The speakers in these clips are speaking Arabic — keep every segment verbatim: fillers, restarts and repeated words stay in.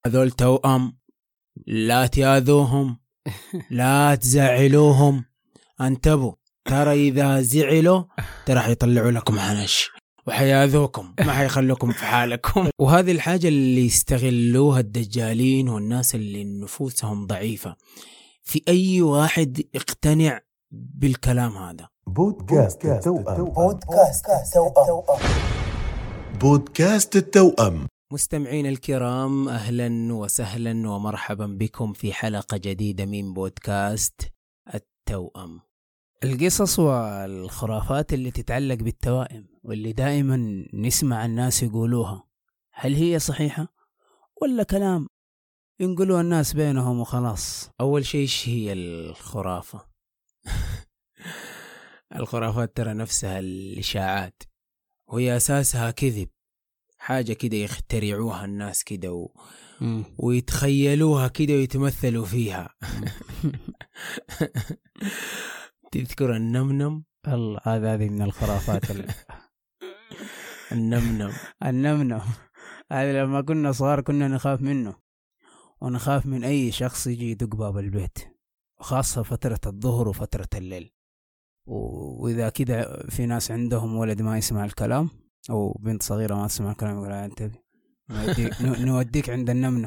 هذول توأم، لا تياذوهم، لا تزعلوهم، انتبهوا ترى إذا زعلوا ترى حيطلعوا لكم حنش وحياذوكم، ما حيخلوكم في حالكم. وهذه الحاجة اللي يستغلوها الدجالين والناس اللي نفوسهم ضعيفة، في أي واحد اقتنع بالكلام هذا. بودكاست التوأم. بودكاست التوأم. بودكاست التوأم. مستمعين الكرام، أهلا وسهلا ومرحبا بكم في حلقة جديدة من بودكاست التوأم. القصص والخرافات اللي تتعلق بالتوائم واللي دائما نسمع الناس يقولوها، هل هي صحيحة ولا كلام ينقلوا الناس بينهم وخلاص؟ أول شيء إيش هي الخرافة؟ الخرافات ترى نفسها الإشاعات، وهي أساسها كذب، حاجة كده يخترعوها الناس كده و... ويتخيلوها كده ويتمثلوا فيها. تذكر النمنم؟ الله، هذا هذه من الخرافات. ال... النمنم النمنم هذا لما كنا صغار كنا نخاف منه، ونخاف من أي شخص يجي يدق باب البيت، وخاصة فترة الظهر وفترة الليل. وإذا كده في ناس عندهم ولد ما يسمع الكلام أو بنت صغيرة ما تسمع الكلام، يقول أنت نوديك عند النمنم.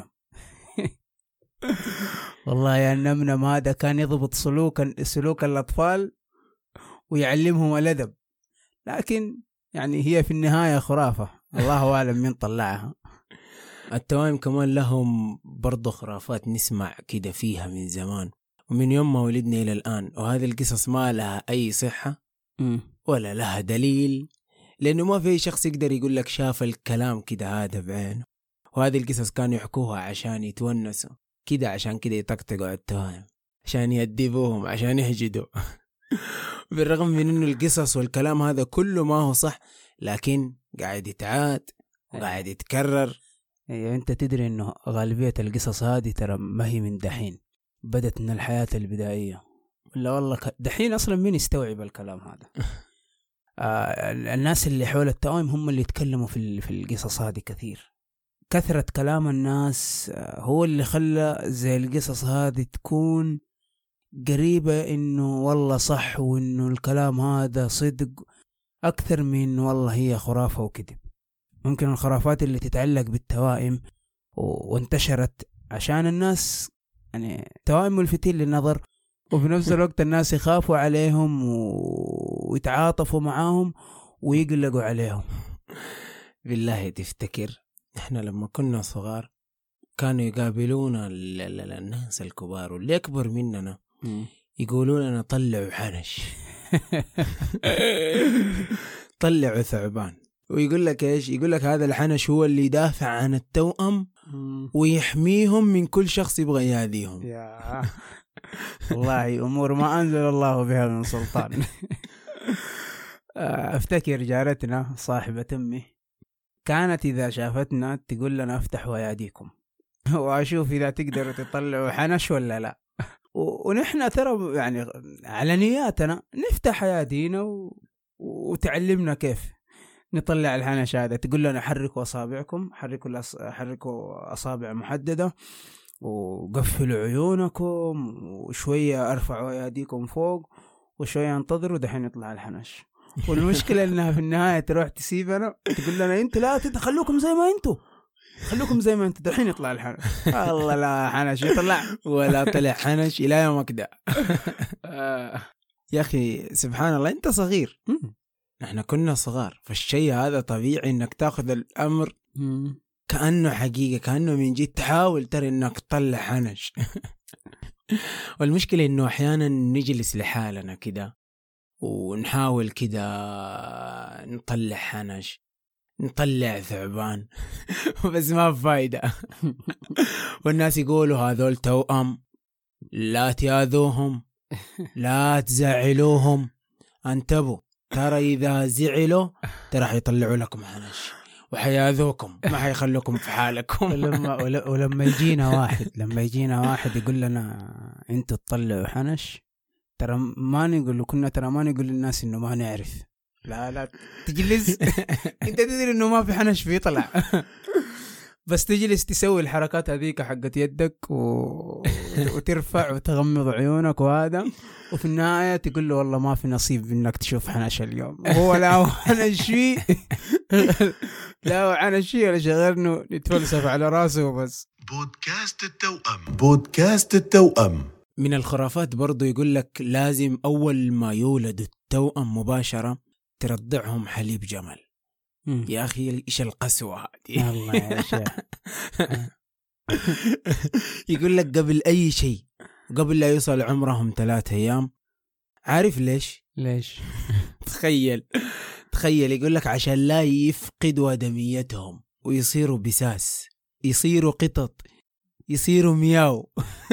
والله يا النمنم هذا كان يضبط سلوك سلوك الأطفال ويعلمهم الأدب، لكن يعني هي في النهاية خرافة، الله أعلم من طلعها. التوائم كمان لهم برضو خرافات نسمع كده فيها من زمان ومن يوم ما ولدنا إلى الآن، وهذه القصص ما لها أي صحة ولا لها دليل، لأنه ما في شخص يقدر يقول لك شاف الكلام كده هذا بعينه. وهذه القصص كانوا يحكوها عشان يتونسوا كده، عشان كده يطقطقوا التوائم، عشان يدبوهم، عشان يحجدوا. بالرغم من إنه القصص والكلام هذا كله ما هو صح، لكن قاعد يتعاد وقاعد يتكرر. يعني أنت تدري إنه غالبية القصص هذه ترى ما هي من دحين، بدت من الحياة البدائية. لا والله دحين أصلا مين يستوعب الكلام هذا؟ آه الناس اللي حول التوائم هم اللي يتكلموا في في القصص هذه كثير. كثرة كلام الناس آه هو اللي خلى زي القصص هذه تكون قريبة إنه والله صح، وإنه الكلام هذا صدق أكثر من والله هي خرافة وكذب. ممكن الخرافات اللي تتعلق بالتوائم وانتشرت عشان الناس يعني توائم ملفتين للنظر، وفي نفس الوقت الناس يخافوا عليهم ويتعاطفوا معاهم ويقلقوا عليهم. بالله تفتكر احنا لما كنا صغار كانوا يقابلونا الناس الكبار واللي أكبر مننا يقولون لنا طلعوا حنش، طلعوا ثعبان، ويقول لك ايش؟ يقول لك هذا الحنش هو اللي يدافع عن التوأم ويحميهم من كل شخص يبغى يهديهم. يا والله أمور ما أنزل الله بها من سلطان. أفتكر جارتنا صاحبة أمي كانت إذا شافتنا تقول لنا افتحوا أياديكم وأشوف إذا تقدروا تطلعوا حنش ولا لا. ونحن ترى يعني على نياتنا نفتح أيادينا و... وتعلمنا كيف نطلع الحنش هذا. تقول لنا حركوا أصابعكم، حركوا الأص... حركوا أصابع محددة، وقفلوا عيونكم، وشوية أرفعوا أيديكم فوق، وشوية انتظروا دحين يطلع الحنش. والمشكلة إنها في النهاية تروح تسيبنا تقول لنا أنتوا لا تخلوكم زي ما أنتوا، خلوكم زي ما أنتوا دحين يطلع الحنش. الله لا حنش يطلع ولا طلع حنش إلى يومك ده. يا أخي سبحان الله، أنت صغير، احنا كنا صغار، فالشيء هذا طبيعي إنك تأخذ الأمر كأنه حقيقة، كأنه من جد تحاول ترى إنك تطلع حنش. والمشكلة إنه أحيانا نجلس لحالنا كده ونحاول كده نطلع حنش، نطلع ثعبان، بس ما فايدة. والناس يقولوا هذول توأم، لا تياذوهم، لا تزعلوهم، انتبهوا ترى إذا زعلوا ترى حيطلعوا لكم حنش وحياذوكم، ما حيخلوكم في حالكم. ولما, ولما يجينا واحد لما يجينا واحد يقول لنا انتوا تطلعوا حنش، ترى ما نقول له كنا ترى ما نقول للناس انه ما نعرف، لا لا تجلس. انت تدري انه ما في حنش فيه طلع. بس تجلس تسوي الحركات هذيك حقت يدك و... وترفع وتغمض عيونك وهذا، وفي النهاية تقول له والله ما في نصيب انك تشوف حناشة اليوم. هو لا هو حنشي لا هو حنشي ولا شغلنا نتفلسف على راسه وبس. بودكاست التوأم. بودكاست التوأم. من الخرافات برضو يقول لك لازم أول ما يولد التوأم مباشرة ترضعهم حليب جمل. مم. يا أخي إيش القسوة هذه. الله يا شيخ. يقول لك قبل أي شيء، قبل لا يوصل عمرهم ثلاثة أيام. عارف ليش؟ ليش؟ تخيل تخيل يقول لك عشان لا يفقدوا آدميتهم ويصيروا بساس، يصيروا قطط، يصيروا مياو.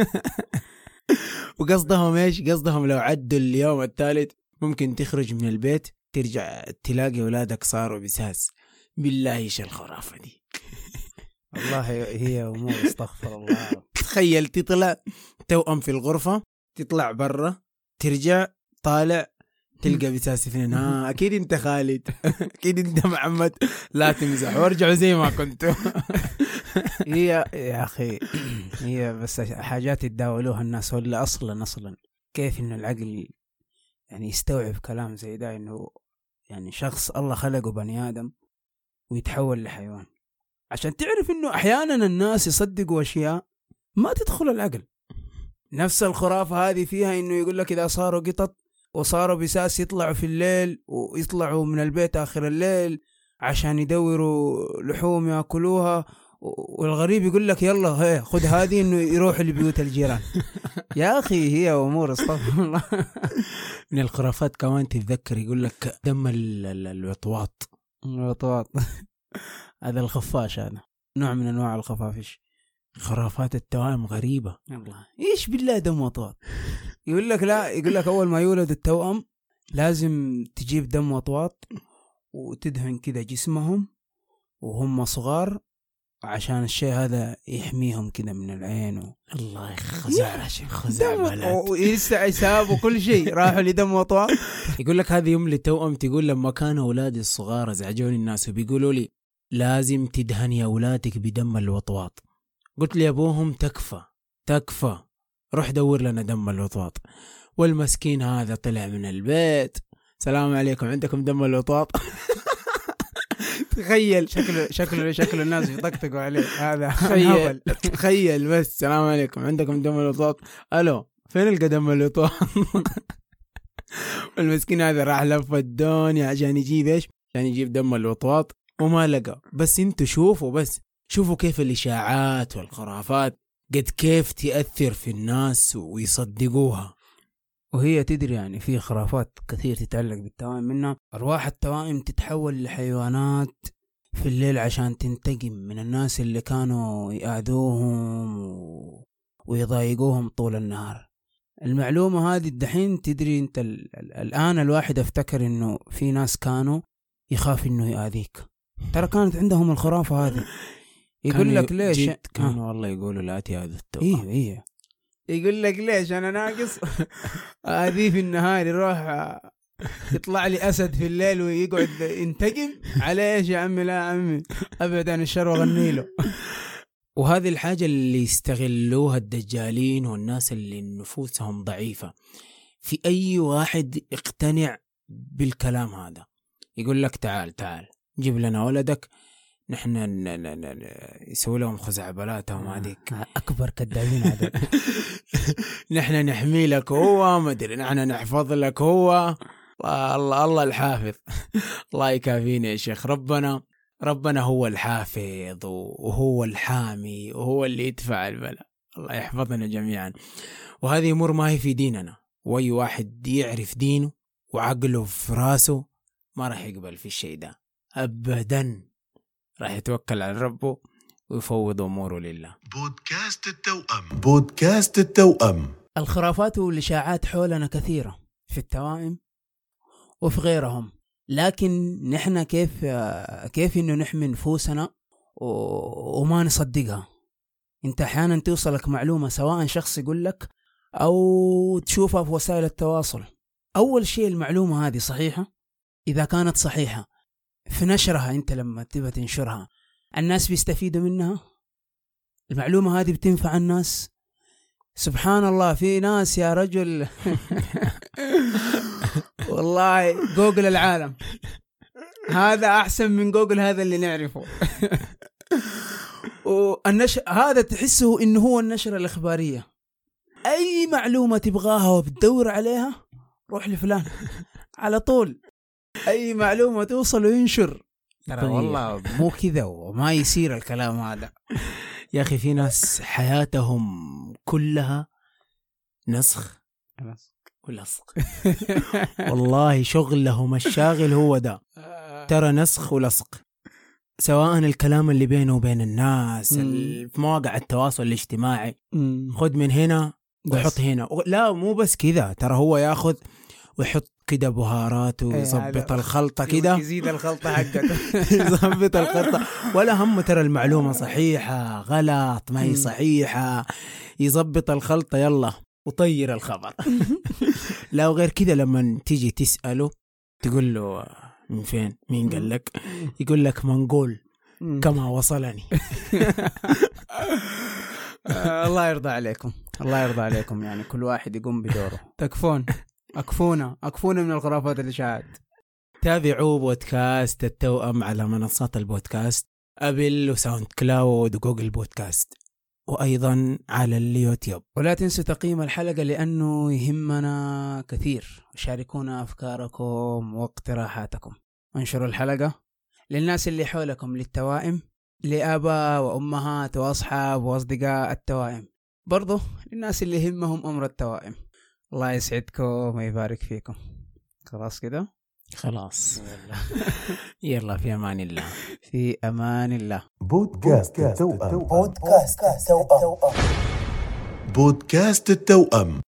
وقصدهم ايش؟ قصدهم لو عدوا اليوم الثالث ممكن تخرج من البيت ترجع تلاقي أولادك صاروا بساس. بالله ايش الخرافة دي. والله هي أمور استغفر الله. تخيل تطلع توأم في الغرفة، تطلع برا ترجع طالع تلقى بساس اثنين. ها اكيد انت خالد، اكيد انت محمد، لا تمزح وارجعوا زي ما كنتوا. هي يا أخي هي بس حاجات يتداولوها الناس، ولا أصلا أصلا كيف إنه العقل يعني يستوعب كلام زي ده، إنه يعني شخص الله خلقه بني آدم ويتحول لحيوان. عشان تعرف إنه أحيانا الناس يصدقوا أشياء ما تدخل العقل. نفس الخرافة هذه فيها إنه يقول لك إذا صاروا قطط وصاروا بساس يطلعوا في الليل ويطلعوا من البيت آخر الليل عشان يدوروا لحوم يأكلوها، والغريب يقول لك يلا هي خذ هذه إنه يروح لبيوت الجيران. يا أخي هي أمور استغفر الله. من الخرافات كمان تتذكر يقول لك دم الوطواط. الوطواط هذا الخفاش، هذا نوع من أنواع الخفافش. خرافات التوأم غريبة. الله إيش بالله دم وطواط. يقول لك لا، يقول لك أول ما يولد التوأم لازم تجيب دم وطواط وتدهن كده جسمهم وهم صغار عشان الشيء هذا يحميهم كده من العين و... الله خزعة خزعة ويسع حساب وكل شيء راحوا لدم وطواط. يقول لك هذه يوم للتوأم، تقول لما كانوا أولادي الصغار ازعجوني الناس وبيقولوا لي لازم تدهني أولادك بدم الوطواط. قلت لي أبوهم تكفى تكفى، روح دور لنا دم الوطواط. والمسكين هذا طلع من البيت، سلام عليكم عندكم دم الوطواط. تخيل شكله شكله شكله الناس يطقطقوا عليه هذا. تخيل تخيل بس سلام عليكم عندكم دم الوطواط، الو فين القدم الوطواط. والمسكين هذا راح لف الدنيا عشان يجيب ايش؟ عشان يجيب دم الوطواط وما لقى. بس انتوا شوفوا بس شوفوا كيف الاشاعات والخرافات قد كيف تأثر في الناس ويصدقوها. وهي تدري يعني في خرافات كثير تتعلق بالتوائم، منها أرواح التوائم تتحول لحيوانات في الليل عشان تنتقم من الناس اللي كانوا يأذوهم ويضايقوهم طول النهار. المعلومة هذه الدحين تدري انت الآن الواحد افتكر انه في ناس كانوا يخاف انه يأذيك، ترى كانت عندهم الخرافة هذه. يقول لك ليش كانوا والله يقولوا لا تأذوا التوأم. ايه ايه يقول لك ليش انا ناقص هذه في النهار يروح يطلع لي اسد في الليل ويقعد ينتقم على ايش يا عمي؟ لا يا عمي ابعد عن الشر وغني له. وهذه الحاجة اللي يستغلوها الدجالين والناس اللي نفوسهم ضعيفة، في اي واحد يقتنع بالكلام هذا يقول لك تعال تعال جيب لنا ولدك نحن يسوي لهم خزعبلاتهم هذيك. أكبر كدابين هذا. نحن نحمي لك هو ما أدري، نحن نحفظ لك هو. الله الله الحافظ. الله يكافينا يا شيخ. ربنا ربنا هو الحافظ وهو الحامي وهو اللي يدفع البلاء. الله يحفظنا جميعا. وهذه أمور ما هي في ديننا، وأي واحد يعرف دينه وعقله في راسه ما راح يقبل في الشيء ده أبدا، راح يتوكل على ربه ويفوض أموره لله. بودكاست التوأم. بودكاست التوأم. الخرافات والإشاعات حولنا كثيرة في التوائم وفي غيرهم، لكن نحن كيف كيف إنه نحمي نفوسنا وما نصدقها. أنت أحيانا توصلك معلومة سواء شخص يقول لك أو تشوفها في وسائل التواصل. أول شيء المعلومة هذه صحيحة، إذا كانت صحيحة في نشرها أنت لما تبى تنشرها الناس بيستفيدوا منها المعلومة هذه بتنفع الناس. سبحان الله، في ناس يا رجل والله جوجل العالم، هذا أحسن من جوجل هذا اللي نعرفه. والنشر هذا تحسه إنه هو النشرة الإخبارية، أي معلومة تبغاها وبتدور عليها روح لفلان على طول، أي معلومة توصل وينشر. ترى والله مو كذا وما يصير الكلام هذا يا أخي. في ناس حياتهم كلها نسخ ولصق. والله شغلهم الشاغل هو ده، ترى نسخ ولصق. سواء الكلام اللي بينه وبين الناس في مواقع التواصل الاجتماعي، خد من هنا وحط هنا. لا مو بس كذا، ترى هو ياخذ ويحط كده بهارات ويظبط الخلطة كده، يزيد الخلطة حقته. يظبط الخلطة ولا هم، ترى المعلومة صحيحة غلط ما هي صحيحة، يظبط الخلطة يلا وطير الخبر. لا وغير كده لما تيجي تسأله تقول له من فين، مين قال لك، يقول لك منقول كما وصلني. الله يرضى عليكم، الله يرضى عليكم، يعني كل واحد يقوم بدوره. تكفون أكفونا أكفونا من الخرافات الإشاعات. تابعوا بودكاست التوأم على منصات البودكاست أبل وساوند كلاود وجوجل بودكاست، وأيضا على اليوتيوب. ولا تنسوا تقييم الحلقة لأنه يهمنا كثير، وشاركونا أفكاركم واقتراحاتكم، وانشروا الحلقة للناس اللي حولكم، للتوائم، لآباء وأمهات وأصحاب وأصدقاء التوائم، برضو للناس اللي يهمهم أمر التوائم. الله يسعدكم ويبارك فيكم. خلاص كده، خلاص يلا في أمان الله، في أمان الله. بودكاست التوأم. بودكاست التوأم. بودكاست التوأم.